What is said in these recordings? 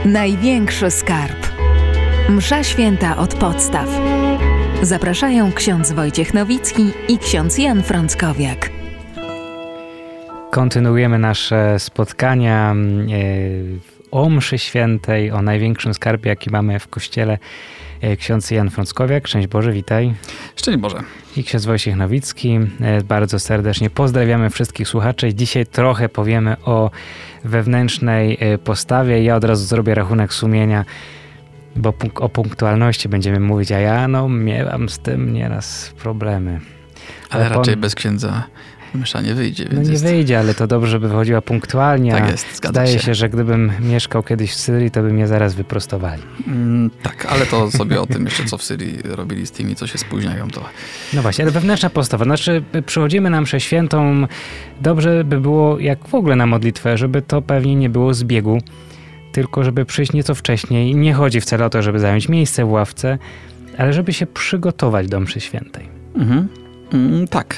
Największy skarb. Msza święta od podstaw. Zapraszają ksiądz Wojciech Nowicki i ksiądz Jan Frąckowiak. Kontynuujemy nasze spotkania o mszy świętej, o największym skarbie, jaki mamy w Kościele. Ksiądz Jan Frąckowiak, szczęść Boże, witaj. Szczęść Boże. I ksiądz Wojciech Nowicki. Bardzo serdecznie pozdrawiamy wszystkich słuchaczy. Dzisiaj trochę powiemy o wewnętrznej postawie. Ja od razu zrobię rachunek sumienia, bo o punktualności będziemy mówić, a ja miewam z tym nieraz problemy. Ale raczej bez księdza msza nie wyjdzie. Więc nie wyjdzie, ale to dobrze, żeby wychodziła punktualnie. Tak jest, zdaje się, że gdybym mieszkał kiedyś w Syrii, to by mnie zaraz wyprostowali. Tak, ale to sobie o tym jeszcze, co w Syrii robili z tymi, co się spóźniają. To... No właśnie, ale wewnętrzna postawa. Znaczy, przychodzimy na mszę świętą. Dobrze by było, jak w ogóle na modlitwę, żeby to pewnie nie było z biegu, tylko żeby przyjść nieco wcześniej. Nie chodzi wcale o to, żeby zająć miejsce w ławce, ale żeby się przygotować do mszy świętej. Tak.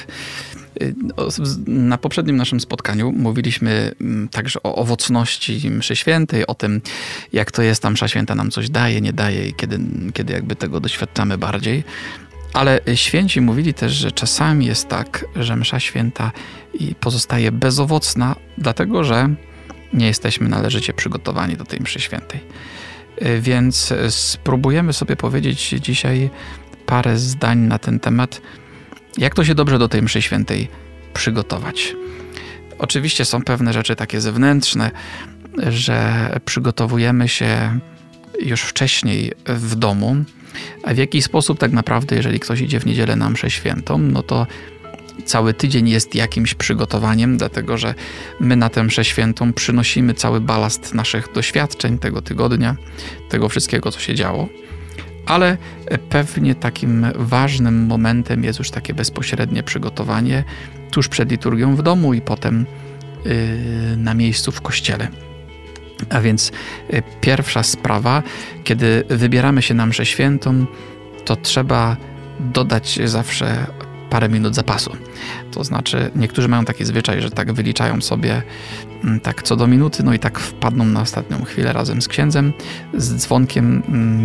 Na poprzednim naszym spotkaniu mówiliśmy także o owocności mszy świętej, o tym, jak to jest, ta msza święta nam coś daje, nie daje i kiedy jakby tego doświadczamy bardziej. Ale święci mówili też, że czasami jest tak, że msza święta pozostaje bezowocna, dlatego że nie jesteśmy należycie przygotowani do tej mszy świętej. Więc spróbujemy sobie powiedzieć dzisiaj parę zdań na ten temat, jak to się dobrze do tej mszy świętej przygotować. Oczywiście są pewne rzeczy takie zewnętrzne, że przygotowujemy się już wcześniej w domu, a w jaki sposób tak naprawdę, jeżeli ktoś idzie w niedzielę na mszę świętą, no to cały tydzień jest jakimś przygotowaniem, dlatego że my na tę mszę świętą przynosimy cały balast naszych doświadczeń tego tygodnia, tego wszystkiego, co się działo. Ale pewnie takim ważnym momentem jest już takie bezpośrednie przygotowanie tuż przed liturgią w domu i potem na miejscu w kościele. A więc pierwsza sprawa, kiedy wybieramy się na mszę świętą, to trzeba dodać zawsze parę minut zapasu. To znaczy, niektórzy mają taki zwyczaj, że tak wyliczają sobie tak co do minuty, no i tak wpadną na ostatnią chwilę razem z księdzem, z dzwonkiem,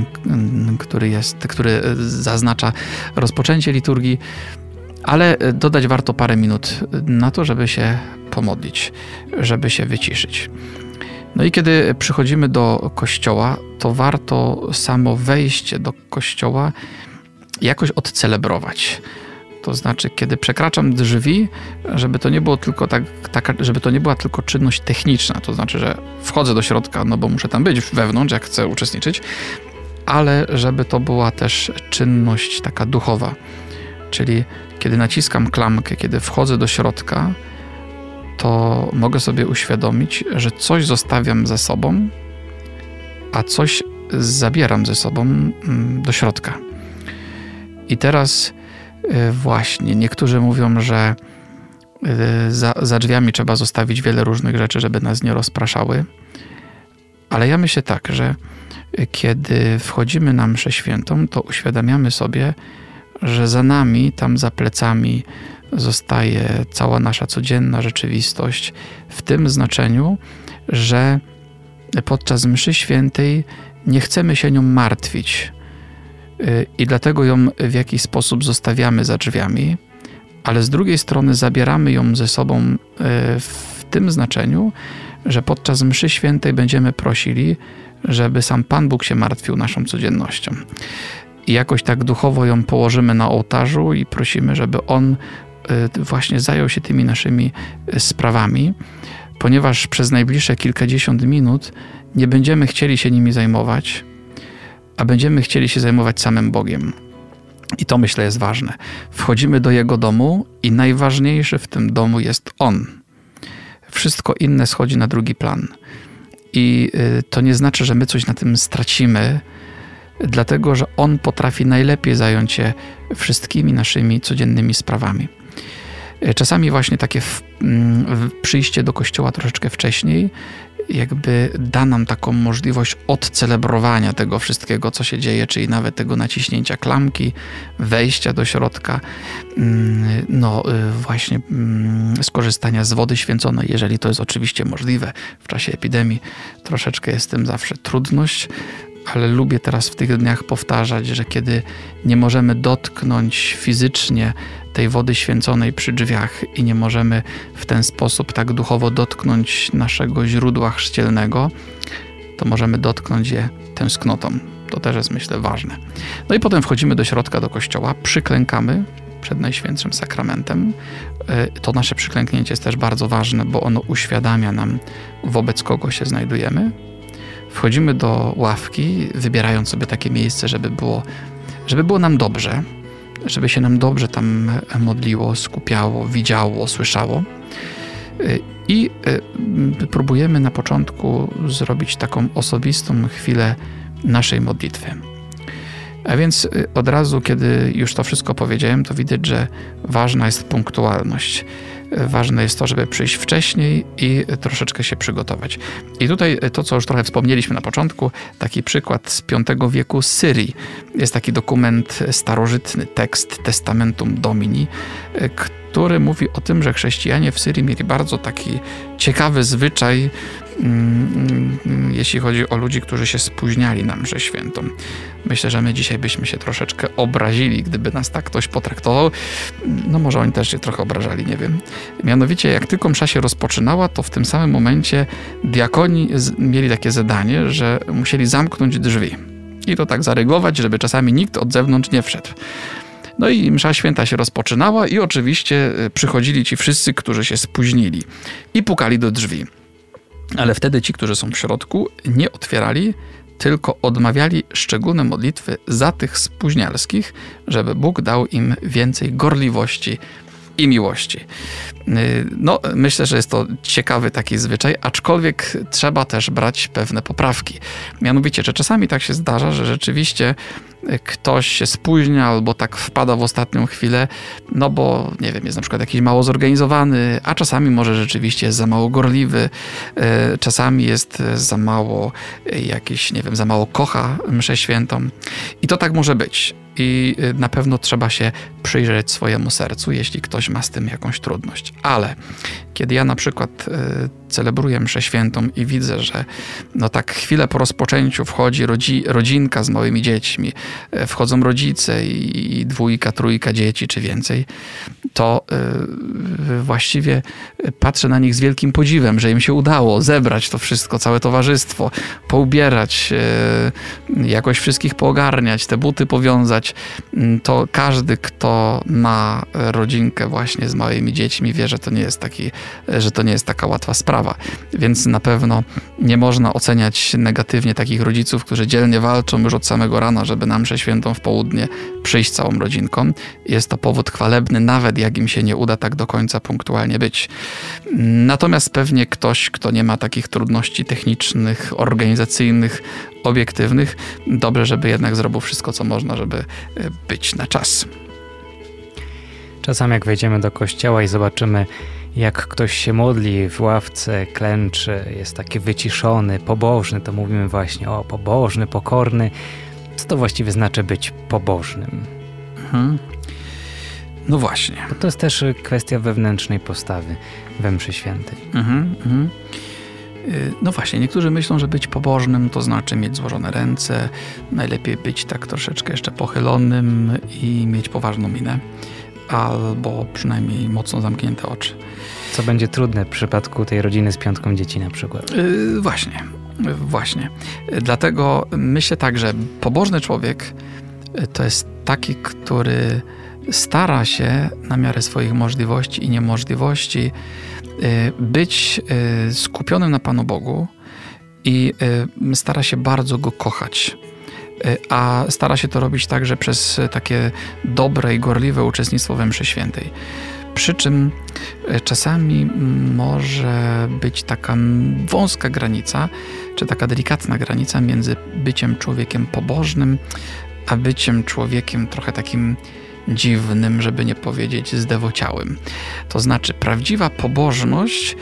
który zaznacza rozpoczęcie liturgii, ale dodać warto parę minut na to, żeby się pomodlić, żeby się wyciszyć. No i kiedy przychodzimy do kościoła, to warto samo wejście do kościoła jakoś odcelebrować. To znaczy, kiedy przekraczam drzwi, żeby to nie było tylko żeby to nie była tylko czynność techniczna, to znaczy, że wchodzę do środka, no bo muszę tam być wewnątrz, jak chcę uczestniczyć, ale żeby to była też czynność taka duchowa. Czyli kiedy naciskam klamkę, kiedy wchodzę do środka, to mogę sobie uświadomić, że coś zostawiam ze sobą, a coś zabieram ze sobą do środka. I teraz właśnie, niektórzy mówią, że za drzwiami trzeba zostawić wiele różnych rzeczy, żeby nas nie rozpraszały. Ale ja myślę tak, że kiedy wchodzimy na mszę świętą, to uświadamiamy sobie, że za nami, tam za plecami zostaje cała nasza codzienna rzeczywistość w tym znaczeniu, że podczas mszy świętej nie chcemy się nią martwić. I dlatego ją w jakiś sposób zostawiamy za drzwiami, ale z drugiej strony zabieramy ją ze sobą w tym znaczeniu, że podczas mszy świętej będziemy prosili, żeby sam Pan Bóg się martwił naszą codziennością. I jakoś tak duchowo ją położymy na ołtarzu i prosimy, żeby On właśnie zajął się tymi naszymi sprawami, ponieważ przez najbliższe kilkadziesiąt minut nie będziemy chcieli się nimi zajmować, a będziemy chcieli się zajmować samym Bogiem. I to, myślę, jest ważne. Wchodzimy do Jego domu i najważniejszy w tym domu jest On. Wszystko inne schodzi na drugi plan. I to nie znaczy, że my coś na tym stracimy, dlatego że On potrafi najlepiej zająć się wszystkimi naszymi codziennymi sprawami. Czasami właśnie takie przyjście do kościoła troszeczkę wcześniej jakby da nam taką możliwość odcelebrowania tego wszystkiego, co się dzieje, czyli nawet tego naciśnięcia klamki, wejścia do środka, właśnie skorzystania z wody święconej, jeżeli to jest oczywiście możliwe. W czasie epidemii troszeczkę jest z tym zawsze trudność, ale lubię teraz w tych dniach powtarzać, że kiedy nie możemy dotknąć fizycznie tej wody święconej przy drzwiach i nie możemy w ten sposób tak duchowo dotknąć naszego źródła chrzcielnego, to możemy dotknąć je tęsknotą. To też jest, myślę, ważne. No i potem wchodzimy do środka, do kościoła, przyklękamy przed Najświętszym Sakramentem. To nasze przyklęknięcie jest też bardzo ważne, bo ono uświadamia nam, wobec kogo się znajdujemy. Wchodzimy do ławki, wybierając sobie takie miejsce, żeby było nam dobrze, żeby się nam dobrze tam modliło, skupiało, widziało, słyszało. I próbujemy na początku zrobić taką osobistą chwilę naszej modlitwy. A więc od razu, kiedy już to wszystko powiedziałem, to widać, że ważna jest punktualność. Ważne jest to, żeby przyjść wcześniej i troszeczkę się przygotować. I tutaj to, co już trochę wspomnieliśmy na początku, taki przykład z V wieku z Syrii. Jest taki dokument starożytny, tekst Testamentum Domini, który mówi o tym, że chrześcijanie w Syrii mieli bardzo taki ciekawy zwyczaj, jeśli chodzi o ludzi, którzy się spóźniali na mszę świętą. Myślę, że my dzisiaj byśmy się troszeczkę obrazili, gdyby nas tak ktoś potraktował. No może oni też się trochę obrażali, nie wiem. Mianowicie, jak tylko msza się rozpoczynała, to w tym samym momencie diakoni mieli takie zadanie, że musieli zamknąć drzwi. I to tak zaryglować, żeby czasami nikt od zewnątrz nie wszedł. No i msza święta się rozpoczynała i oczywiście przychodzili ci wszyscy, którzy się spóźnili i pukali do drzwi. Ale wtedy ci, którzy są w środku, nie otwierali, tylko odmawiali szczególne modlitwy za tych spóźnialskich, żeby Bóg dał im więcej gorliwości i miłości. No, myślę, że jest to ciekawy taki zwyczaj, aczkolwiek trzeba też brać pewne poprawki. Mianowicie, że czasami tak się zdarza, że rzeczywiście ktoś się spóźnia albo tak wpada w ostatnią chwilę, no bo, nie wiem, jest na przykład jakiś mało zorganizowany, a czasami może rzeczywiście jest za mało gorliwy, czasami jest za mało jakiś, nie wiem, za mało kocha mszę świętą. I to tak może być. I na pewno trzeba się przyjrzeć swojemu sercu, jeśli ktoś ma z tym jakąś trudność. Ale kiedy ja na przykład celebruję mszę świętą i widzę, że no tak chwilę po rozpoczęciu wchodzi rodzinka z małymi dziećmi, wchodzą rodzice i 2, 3 dzieci czy więcej, to właściwie patrzę na nich z wielkim podziwem, że im się udało zebrać to wszystko, całe towarzystwo, poubierać, jakoś wszystkich poogarniać, te buty powiązać. To każdy, kto ma rodzinkę właśnie z małymi dziećmi, wie, że to nie jest taka łatwa sprawa. Więc na pewno nie można oceniać negatywnie takich rodziców, którzy dzielnie walczą już od samego rana, żeby na mszę świętą w południe przyjść całą rodzinką. Jest to powód chwalebny, nawet jak im się nie uda tak do końca punktualnie być. Natomiast pewnie ktoś, kto nie ma takich trudności technicznych, organizacyjnych, obiektywnych, dobrze, żeby jednak zrobił wszystko, co można, żeby być na czas. Czasami jak wejdziemy do kościoła i zobaczymy, jak ktoś się modli w ławce, klęczy, jest taki wyciszony, pobożny, to mówimy właśnie o pobożny, pokorny. Co to właściwie znaczy być pobożnym? No właśnie. Bo to jest też kwestia wewnętrznej postawy we mszy świętej. No właśnie, niektórzy myślą, że być pobożnym to znaczy mieć złożone ręce, najlepiej być tak troszeczkę jeszcze pochylonym i mieć poważną minę, albo przynajmniej mocno zamknięte oczy. Co będzie trudne w przypadku tej rodziny z 5 dzieci na przykład. Właśnie. Dlatego myślę tak, że pobożny człowiek to jest taki, który stara się na miarę swoich możliwości i niemożliwości być skupionym na Panu Bogu i stara się bardzo Go kochać. A stara się to robić także przez takie dobre i gorliwe uczestnictwo we mszy świętej. Przy czym czasami może być taka wąska granica, czy taka delikatna granica między byciem człowiekiem pobożnym, a byciem człowiekiem trochę takim dziwnym, żeby nie powiedzieć zdewociałym. To znaczy, prawdziwa pobożność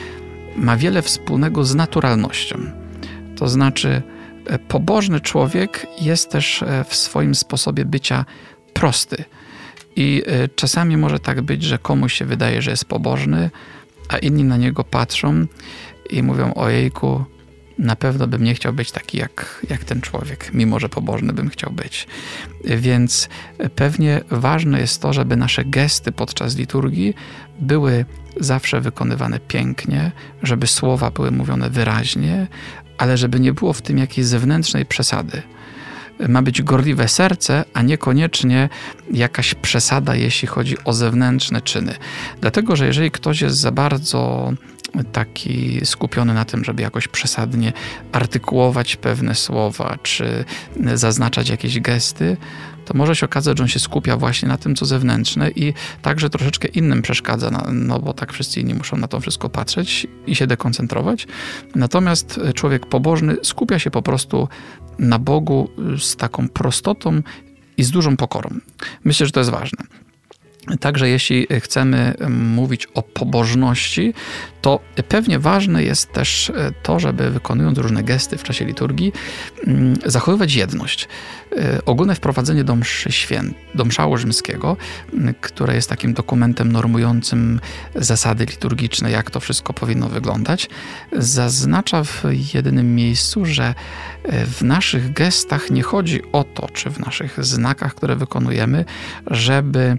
ma wiele wspólnego z naturalnością. To znaczy, pobożny człowiek jest też w swoim sposobie bycia prosty. I czasami może tak być, że komuś się wydaje, że jest pobożny, a inni na niego patrzą i mówią: ojejku, na pewno bym nie chciał być taki jak ten człowiek, mimo że pobożny bym chciał być. Więc pewnie ważne jest to, żeby nasze gesty podczas liturgii były zawsze wykonywane pięknie, żeby słowa były mówione wyraźnie, ale żeby nie było w tym jakiejś zewnętrznej przesady. Ma być gorliwe serce, a niekoniecznie jakaś przesada, jeśli chodzi o zewnętrzne czyny. Dlatego, że jeżeli ktoś jest za bardzo taki skupiony na tym, żeby jakoś przesadnie artykułować pewne słowa, czy zaznaczać jakieś gesty, to może się okazać, że on się skupia właśnie na tym, co zewnętrzne i także troszeczkę innym przeszkadza, no bo tak wszyscy inni muszą na to wszystko patrzeć i się dekoncentrować. Natomiast człowiek pobożny skupia się po prostu na Bogu z taką prostotą i z dużą pokorą. Myślę, że to jest ważne. Także jeśli chcemy mówić o pobożności, to pewnie ważne jest też to, żeby wykonując różne gesty w czasie liturgii, zachowywać jedność. Ogólne wprowadzenie do mszału rzymskiego, które jest takim dokumentem normującym zasady liturgiczne, jak to wszystko powinno wyglądać, zaznacza w jedynym miejscu, że w naszych gestach nie chodzi o to, czy w naszych znakach, które wykonujemy, żeby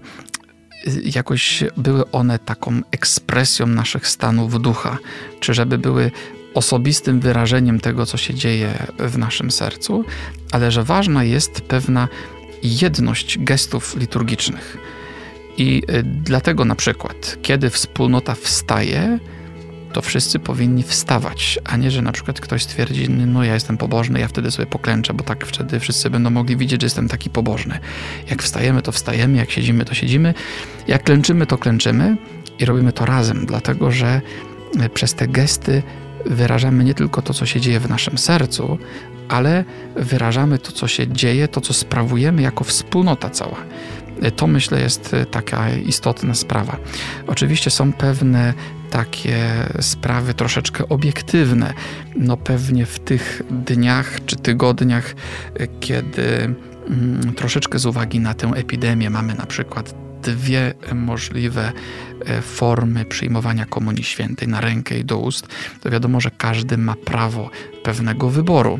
jakoś były one taką ekspresją naszych stanów ducha, czy żeby były osobistym wyrażeniem tego, co się dzieje w naszym sercu, ale że ważna jest pewna jedność gestów liturgicznych. I dlatego na przykład, kiedy wspólnota wstaje, to wszyscy powinni wstawać, a nie, że na przykład ktoś stwierdzi: no ja jestem pobożny, ja wtedy sobie poklęczę, bo tak wtedy wszyscy będą mogli widzieć, że jestem taki pobożny. Jak wstajemy, to wstajemy, jak siedzimy, to siedzimy, jak klęczymy, to klęczymy i robimy to razem, dlatego że przez te gesty wyrażamy nie tylko to, co się dzieje w naszym sercu, ale wyrażamy to, co się dzieje, to, co sprawujemy jako wspólnota cała. To, myślę, jest taka istotna sprawa. Oczywiście są pewne takie sprawy troszeczkę obiektywne. No pewnie w tych dniach czy tygodniach, kiedy troszeczkę z uwagi na tę epidemię mamy na przykład dwie możliwe formy przyjmowania Komunii Świętej na rękę i do ust, to wiadomo, że każdy ma prawo pewnego wyboru.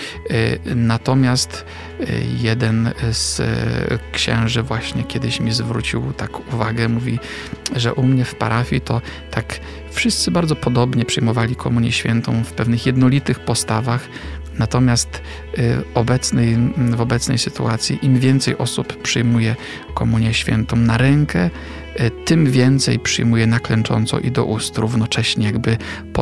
Natomiast jeden z księży właśnie kiedyś mi zwrócił tak uwagę, mówi, że u mnie w parafii to tak wszyscy bardzo podobnie przyjmowali Komunię Świętą w pewnych jednolitych postawach, natomiast w obecnej sytuacji im więcej osób przyjmuje Komunię Świętą na rękę, tym więcej przyjmuje na klęcząco i do ust, równocześnie jakby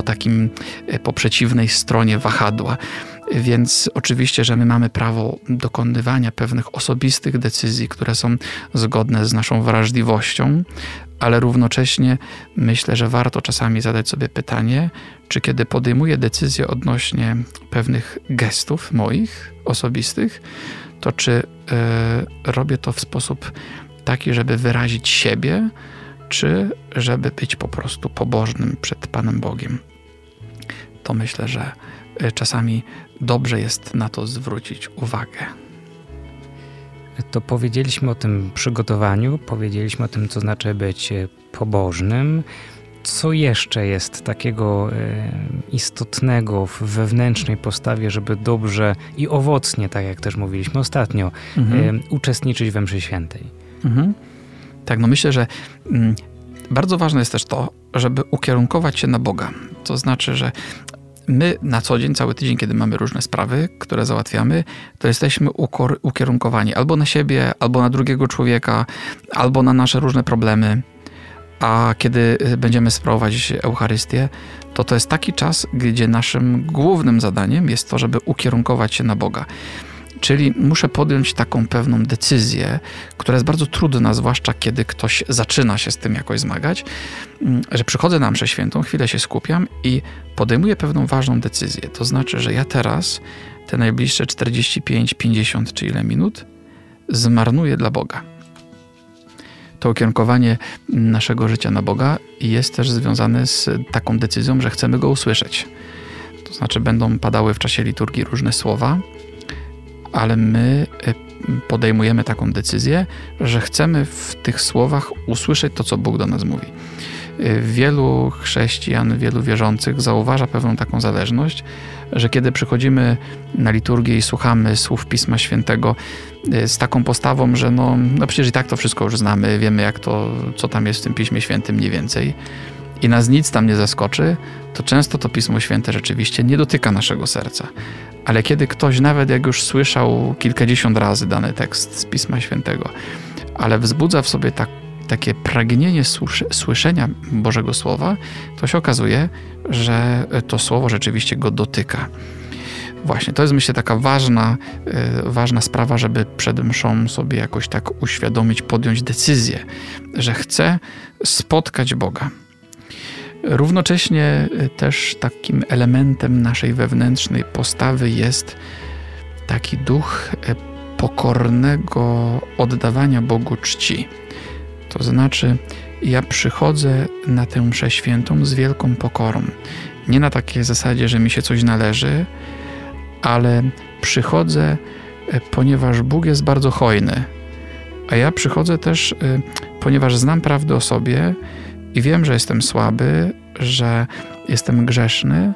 po przeciwnej stronie wahadła. Więc oczywiście, że my mamy prawo dokonywania pewnych osobistych decyzji, które są zgodne z naszą wrażliwością, ale równocześnie myślę, że warto czasami zadać sobie pytanie, czy kiedy podejmuję decyzję odnośnie pewnych gestów moich osobistych, to czy robię to w sposób taki, żeby wyrazić siebie, czy żeby być po prostu pobożnym przed Panem Bogiem. To myślę, że czasami dobrze jest na to zwrócić uwagę. To powiedzieliśmy o tym przygotowaniu, powiedzieliśmy o tym, co znaczy być pobożnym. Co jeszcze jest takiego istotnego w wewnętrznej postawie, żeby dobrze i owocnie, tak jak też mówiliśmy ostatnio, uczestniczyć we mszy świętej? Tak, no myślę, że bardzo ważne jest też to, żeby ukierunkować się na Boga. To znaczy, że my na co dzień, cały tydzień, kiedy mamy różne sprawy, które załatwiamy, to jesteśmy ukierunkowani albo na siebie, albo na drugiego człowieka, albo na nasze różne problemy. A kiedy będziemy sprawować Eucharystię, to jest taki czas, gdzie naszym głównym zadaniem jest to, żeby ukierunkować się na Boga. Czyli muszę podjąć taką pewną decyzję, która jest bardzo trudna, zwłaszcza kiedy ktoś zaczyna się z tym jakoś zmagać, że przychodzę na mszę świętą, chwilę się skupiam i podejmuję pewną ważną decyzję. To znaczy, że ja teraz te najbliższe 45, 50 czy ile minut zmarnuję dla Boga. to ukierunkowanie naszego życia na Boga jest też związane z taką decyzją, że chcemy Go usłyszeć. To znaczy będą padały w czasie liturgii różne słowa, ale my podejmujemy taką decyzję, że chcemy w tych słowach usłyszeć to, co Bóg do nas mówi. Wielu chrześcijan, wielu wierzących zauważa pewną taką zależność, że kiedy przychodzimy na liturgię i słuchamy słów Pisma Świętego z taką postawą, że no przecież i tak to wszystko już znamy, wiemy jak to, co tam jest w tym Piśmie Świętym mniej więcej i nas nic tam nie zaskoczy, to często to Pismo Święte rzeczywiście nie dotyka naszego serca. Ale kiedy ktoś, nawet jak już słyszał kilkadziesiąt razy dany tekst z Pisma Świętego, ale wzbudza w sobie takie pragnienie słyszenia Bożego Słowa, to się okazuje, że to Słowo rzeczywiście go dotyka. Właśnie, to jest myślę taka ważna sprawa, żeby przed mszą sobie jakoś tak uświadomić, podjąć decyzję, że chcę spotkać Boga. Równocześnie też takim elementem naszej wewnętrznej postawy jest taki duch pokornego oddawania Bogu czci. To znaczy, ja przychodzę na tę mszę świętą z wielką pokorą. Nie na takiej zasadzie, że mi się coś należy, ale przychodzę, ponieważ Bóg jest bardzo hojny. A ja przychodzę też, ponieważ znam prawdę o sobie i wiem, że jestem słaby, że jestem grzeszny.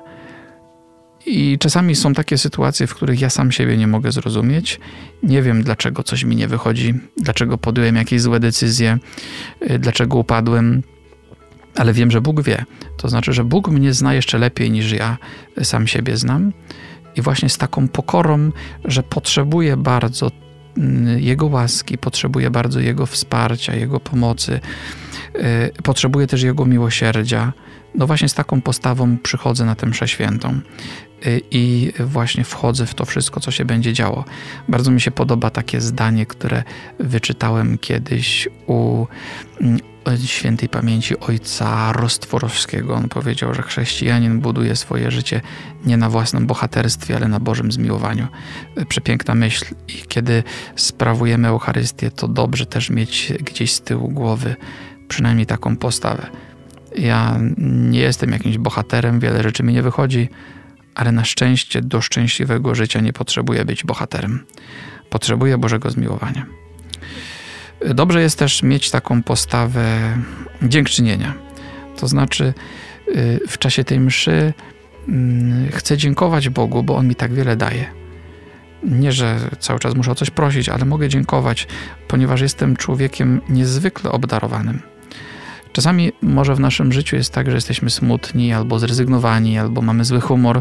I czasami są takie sytuacje, w których ja sam siebie nie mogę zrozumieć. Nie wiem, dlaczego coś mi nie wychodzi, dlaczego podjąłem jakieś złe decyzje, dlaczego upadłem, ale wiem, że Bóg wie. To znaczy, że Bóg mnie zna jeszcze lepiej niż ja sam siebie znam. I właśnie z taką pokorą, że potrzebuję bardzo Jego łaski, potrzebuję bardzo Jego wsparcia, Jego pomocy, potrzebuję też Jego miłosierdzia. No właśnie z taką postawą przychodzę na tę mszę świętą i właśnie wchodzę w to wszystko, co się będzie działo. Bardzo mi się podoba takie zdanie, które wyczytałem kiedyś u świętej pamięci ojca Rostworowskiego. On powiedział, że chrześcijanin buduje swoje życie nie na własnym bohaterstwie, ale na Bożym zmiłowaniu. Przepiękna myśl. I kiedy sprawujemy Eucharystię, to dobrze też mieć gdzieś z tyłu głowy przynajmniej taką postawę. Ja nie jestem jakimś bohaterem, wiele rzeczy mi nie wychodzi, ale na szczęście do szczęśliwego życia nie potrzebuję być bohaterem. Potrzebuję Bożego zmiłowania. Dobrze jest też mieć taką postawę dziękczynienia. To znaczy w czasie tej mszy chcę dziękować Bogu, bo On mi tak wiele daje. Nie, że cały czas muszę o coś prosić, ale mogę dziękować, ponieważ jestem człowiekiem niezwykle obdarowanym. Czasami może w naszym życiu jest tak, że jesteśmy smutni, albo zrezygnowani, albo mamy zły humor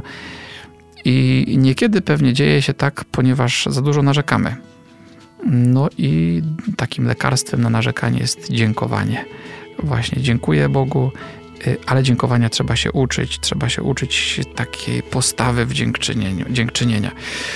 i niekiedy pewnie dzieje się tak, ponieważ za dużo narzekamy. No i takim lekarstwem na narzekanie jest dziękowanie. Właśnie dziękuję Bogu, ale dziękowania trzeba się uczyć takiej postawy w dziękczynienia.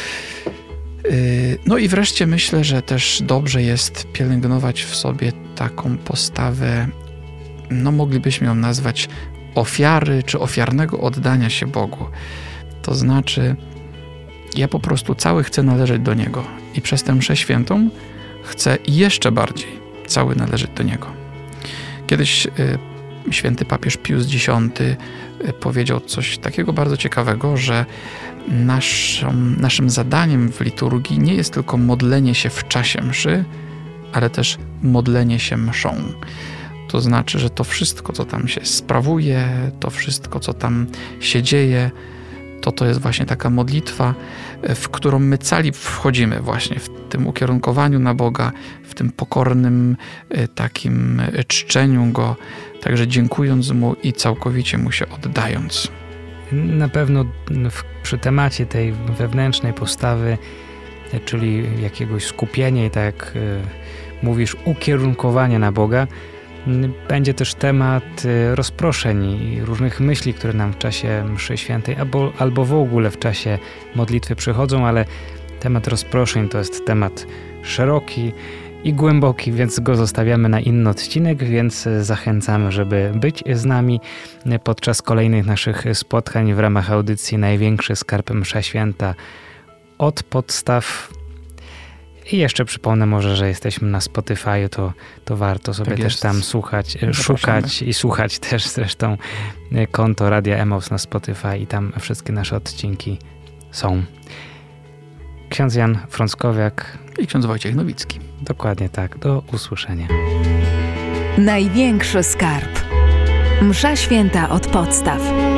No i wreszcie myślę, że też dobrze jest pielęgnować w sobie taką postawę, no moglibyśmy ją nazwać ofiary czy ofiarnego oddania się Bogu. To znaczy, ja po prostu cały chcę należeć do Niego i przez tę mszę świętą chcę jeszcze bardziej cały należeć do Niego. Kiedyś święty papież Pius X powiedział coś takiego bardzo ciekawego, że naszym zadaniem w liturgii nie jest tylko modlenie się w czasie mszy, ale też modlenie się mszą. To znaczy, że to wszystko, co tam się sprawuje, to wszystko, co tam się dzieje, to jest właśnie taka modlitwa, w którą my cali wchodzimy właśnie w tym ukierunkowaniu na Boga, w tym pokornym takim czczeniu Go, także dziękując Mu i całkowicie Mu się oddając. Na pewno przy temacie tej wewnętrznej postawy, czyli jakiegoś skupienia i tak jak mówisz, ukierunkowania na Boga, będzie też temat rozproszeń i różnych myśli, które nam w czasie mszy świętej albo w ogóle w czasie modlitwy przychodzą, ale temat rozproszeń to jest temat szeroki i głęboki, więc go zostawiamy na inny odcinek, więc zachęcamy, żeby być z nami podczas kolejnych naszych spotkań w ramach audycji Największy Skarb Msza Święta od podstaw. I jeszcze przypomnę może, że jesteśmy na Spotify, to warto sobie Tak też jest. tam słuchać, Zapraszamy. szukać i słuchać też zresztą konto Radia Emaus na Spotify i tam wszystkie nasze odcinki są. Ksiądz Jan Frąckowiak. I ksiądz Wojciech Nowicki. Dokładnie tak. Do usłyszenia. Największy skarb. Msza święta od podstaw.